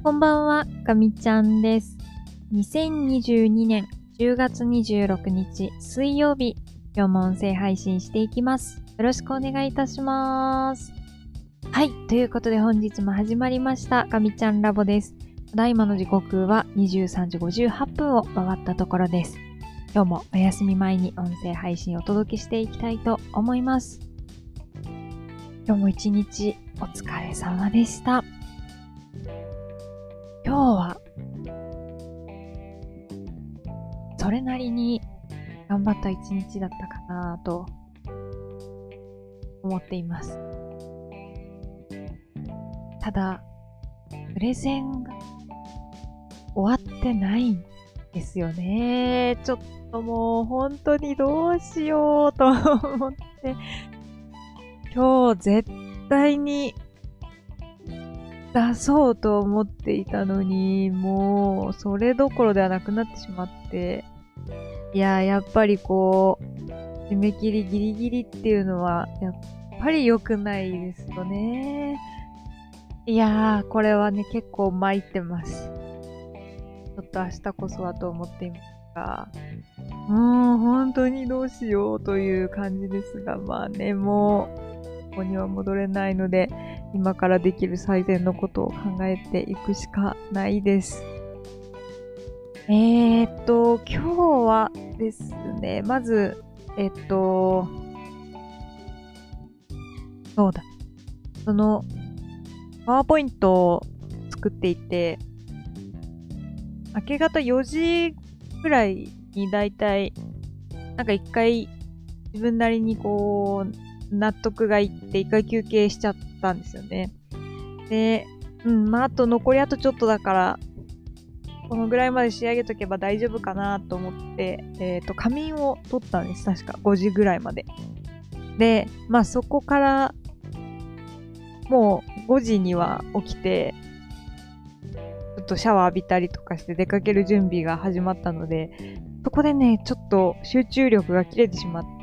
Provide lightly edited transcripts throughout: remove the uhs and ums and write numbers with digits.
こんばんは、かみちゃんです。2022年10月26日水曜日、今日も音声配信していきます。よろしくお願いいたします。はい、ということで本日も始まりました、かみちゃんラボです。ただいまの時刻は23時58分を回ったところです。今日もお休み前に音声配信をお届けしていきたいと思います。今日も一日お疲れ様でした。今日はそれなりに頑張った一日だったかなと思っています。ただ、プレゼンが終わってないんですよね。ちょっともう本当にどうしようと思って、今日絶対に出そうと思っていたのに、もうそれどころではなくなってしまって、やっぱり締め切りギリギリっていうのは、やっぱり良くないですよね。これはね、結構参ってます。ちょっと明日こそはと思っていますが、本当にどうしようという感じですが、まあね、もう、ここには戻れないので、今からできる最善のことを考えていくしかないです。今日はですね、まず、そうだ。パワーポイントを作っていて、明け方4時くらいにだいたい、一回自分なりに納得がいって一回休憩しちゃったんですよね。で、あと残りあとちょっとだから、このぐらいまで仕上げとけば大丈夫かなと思って、仮眠を取ったんです。確か5時ぐらいまで。で、そこから、もう5時には起きて、ちょっとシャワー浴びたりとかして出かける準備が始まったので、そこでね、ちょっと集中力が切れてしまって、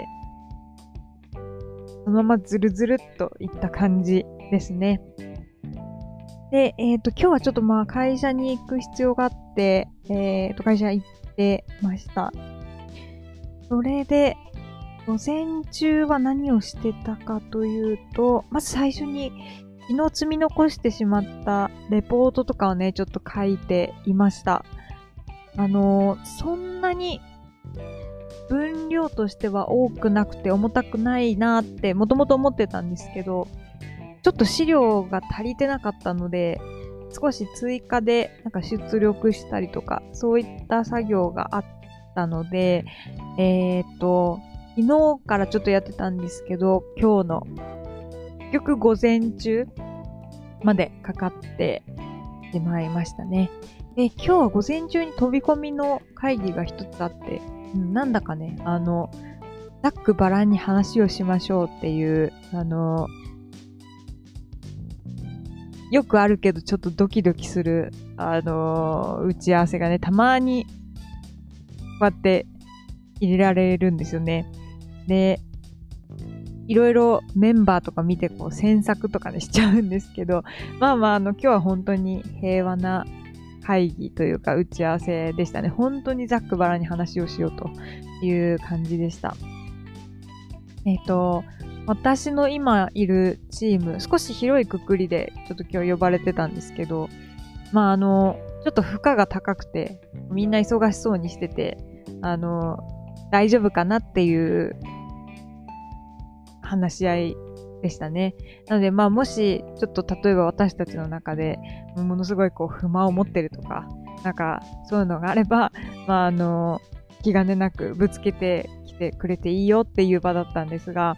そのままズルズルっといった感じですね。で、今日はちょっと会社に行く必要があって、会社行ってました。それで、午前中は何をしてたかというと、まず最初に昨日積み残してしまったレポートとかをね、ちょっと書いていました。そんなに分量としては多くなくて重たくないなってもともと思ってたんですけど、ちょっと資料が足りてなかったので、少し追加で出力したりとか、そういった作業があったので、昨日からちょっとやってたんですけど、今日の結局午前中までかかってしまいましたね。で、今日は午前中に飛び込みの会議が一つあって、なんだかね、ざっくばらんに話をしましょうっていう、よくあるけどちょっとドキドキする、打ち合わせがね、たまに、こうやって入れられるんですよね。で、いろいろメンバーとか見て詮索とかねしちゃうんですけど、今日は本当に平和な会議というか打ち合わせでしたね。本当にざっくばらんに話をしようという感じでした。私の今いるチーム、少し広いくくりでちょっと今日呼ばれてたんですけど、ちょっと負荷が高くて、みんな忙しそうにしてて、大丈夫かなっていう話し合いでしたね。なのでもしちょっと例えば私たちの中でものすごい不満を持ってるとか、そういうのがあれば、気兼ねなくぶつけてきてくれていいよっていう場だったんですが、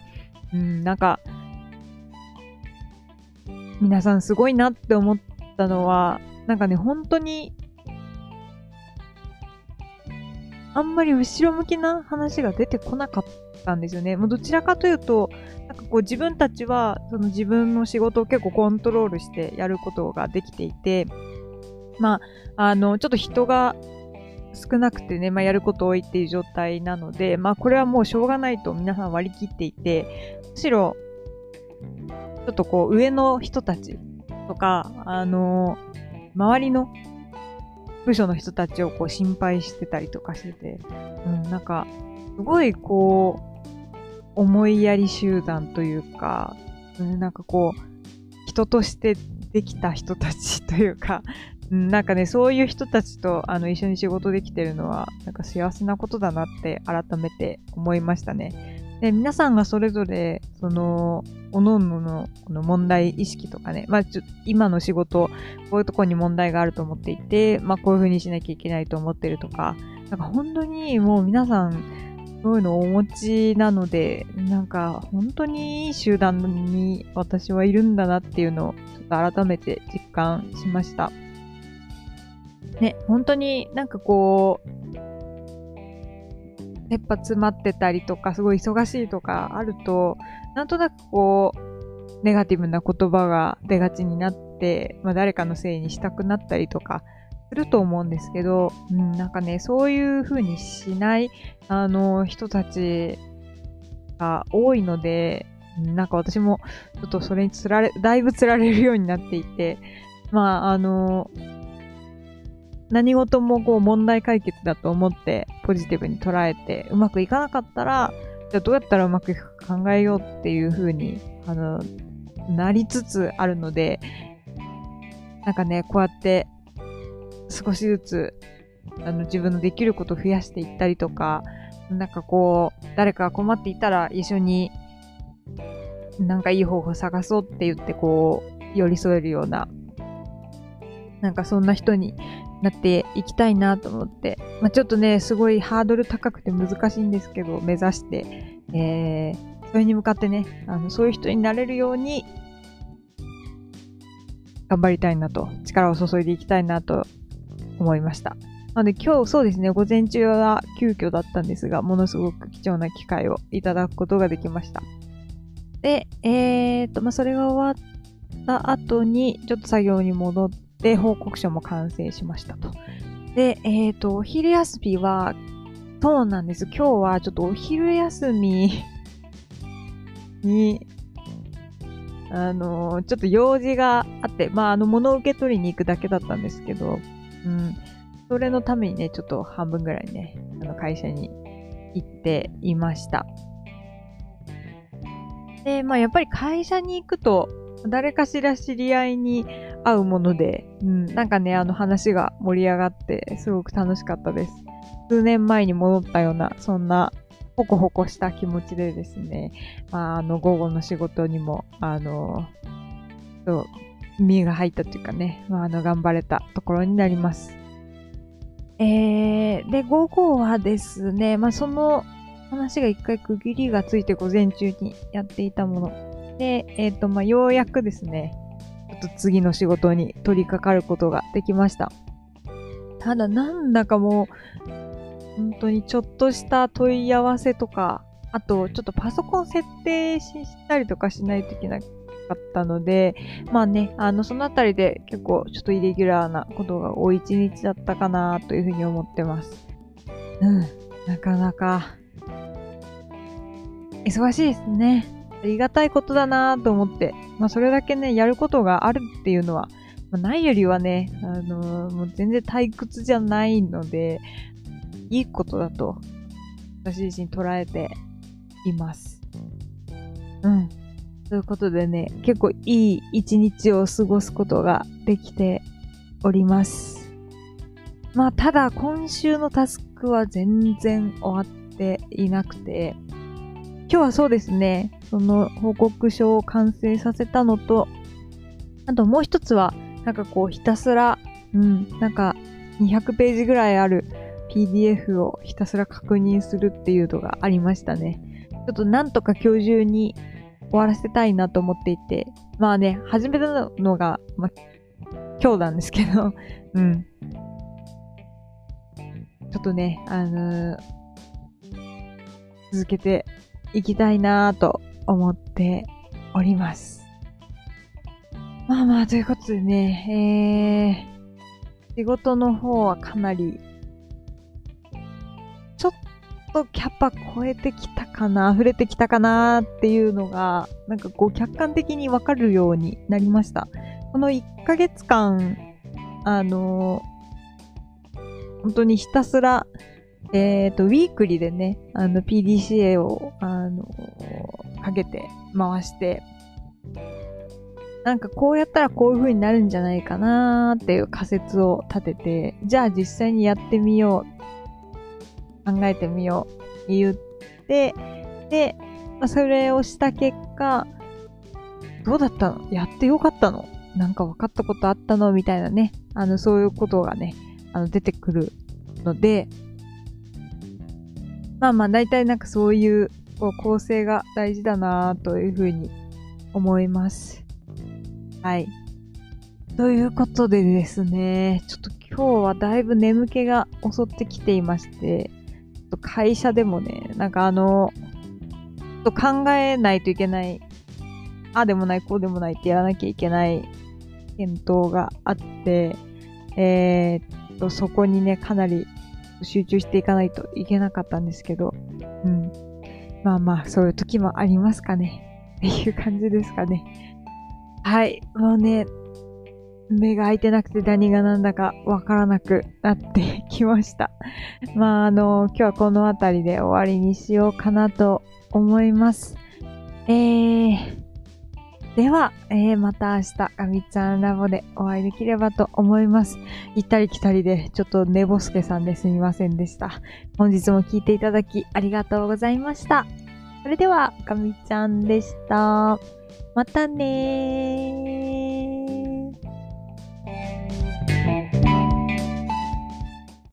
皆さんすごいなって思ったのは、本当にあんまり後ろ向きな話が出てこなかったんですよね。もうどちらかというと、自分たちはその自分の仕事を結構コントロールしてやることができていて、ちょっと人が少なくてね、やること多いっていう状態なので、これはもうしょうがないと皆さん割り切っていて、むしろ、ちょっと上の人たちとか、 周りの部署の人たちをこう心配してたりとかしてて、なんか、すごいこう、思いやり集団というか、なんかこう、人としてできた人たちというか、なんかね、そういう人たちと一緒に仕事できてるのは、なんか幸せなことだなって改めて思いましたね。で、皆さんがそれぞれ、各々のこの問題意識とかね、今の仕事、こういうところに問題があると思っていて、こういう風にしなきゃいけないと思ってるとか、なんか本当にもう皆さん、そういうのをお持ちなので、なんか本当にいい集団に私はいるんだなっていうのをちょっと改めて実感しました。ね、本当になんかこう、切羽詰まってたりとか、すごい忙しいとかあると、なんとなくこう、ネガティブな言葉が出がちになって、誰かのせいにしたくなったりとかすると思うんですけど、なんかね、そういう風にしない、人たちが多いので、なんか私もちょっとそれにだいぶ釣られるようになっていて、何事もこう問題解決だと思ってポジティブに捉えてうまくいかなかったら、じゃあどうやったらうまくいくか考えようっていう風になりつつあるので、なんかね、こうやって少しずつ自分のできることを増やしていったりとか、なんかこう誰かが困っていたら一緒になんかいい方法を探そうって言ってこう寄り添えるような、なんかそんな人になっていきたいなと思って、ちょっとね、すごいハードル高くて難しいんですけど、目指して、それに向かってね、そういう人になれるように頑張りたいなと、力を注いでいきたいなと思いました。なので今日そうですね、午前中は急遽だったんですが、ものすごく貴重な機会をいただくことができました。で、それが終わった後に、ちょっと作業に戻って、報告書も完成しましたと。で、お昼休みは、そうなんです。今日はちょっとお昼休みに、ちょっと用事があって、物を受け取りに行くだけだったんですけど、それのためにね、ちょっと半分ぐらいね、会社に行っていました。で、やっぱり会社に行くと、誰かしら知り合いに会うもので、なんかね、話が盛り上がって、すごく楽しかったです。数年前に戻ったような、そんな、ホコホコした気持ちでですね、午後の仕事にも、身が入ったというかね、頑張れたところになります。で、午後はですね、その話が一回区切りがついて午前中にやっていたもの。で、ようやくですね、ちょっと次の仕事に取り掛かることができました。ただなんだかもう、本当にちょっとした問い合わせとか、あとちょっとパソコン設定したりとかしないといけなかったので、そのあたりで結構ちょっとイレギュラーなことが多い一日だったかなというふうに思ってます。なかなか忙しいですね。ありがたいことだなと思って、それだけね、やることがあるっていうのは、ないよりはね、もう全然退屈じゃないので、いいことだと、私自身捉えています。ということでね、結構いい一日を過ごすことができております。ただ今週のタスクは全然終わっていなくて、今日はそうですね、その報告書を完成させたのと、あともう一つは、なんかこうひたすら、なんか200ページぐらいある PDF をひたすら確認するっていうのがありましたね。ちょっとなんとか今日中に終わらせたいなと思っていて、始めたのが、今日なんですけど、ちょっとね、続けていきたいなぁと思っております。ということでね、仕事の方はかなり、ちょっとキャパ超えてきたかな、溢れてきたかなっていうのが、なんかこう客観的にわかるようになりました。この1ヶ月間本当にひたすら、ウィークリーでね、PDCA を、かけて回して、なんかこうやったらこういう風になるんじゃないかなーっていう仮説を立てて、じゃあ実際にやってみよう、考えてみよう、言って、で、それをした結果、どうだったの？やってよかったの？なんか分かったことあったの？みたいなね、そういうことがね、出てくるので、大体なんかそういう、構成が大事だなというふうに思います。はい。ということでですね、ちょっと今日はだいぶ眠気が襲ってきていまして、ちょっと会社でもね、なんかちょっと考えないといけない、ああでもない、こうでもないってやらなきゃいけない検討があって、そこにね、かなり集中していかないといけなかったんですけど、そういう時もありますかね。っていう感じですかね。はい。もうね、目が開いてなくて何が何だかわからなくなってきました。今日はこの辺りで終わりにしようかなと思います。では、また明日、ガミちゃんラボでお会いできればと思います。行ったり来たりで、ちょっと寝ぼすけさんですみませんでした。本日も聞いていただきありがとうございました。それでは、ガミちゃんでした。またねー。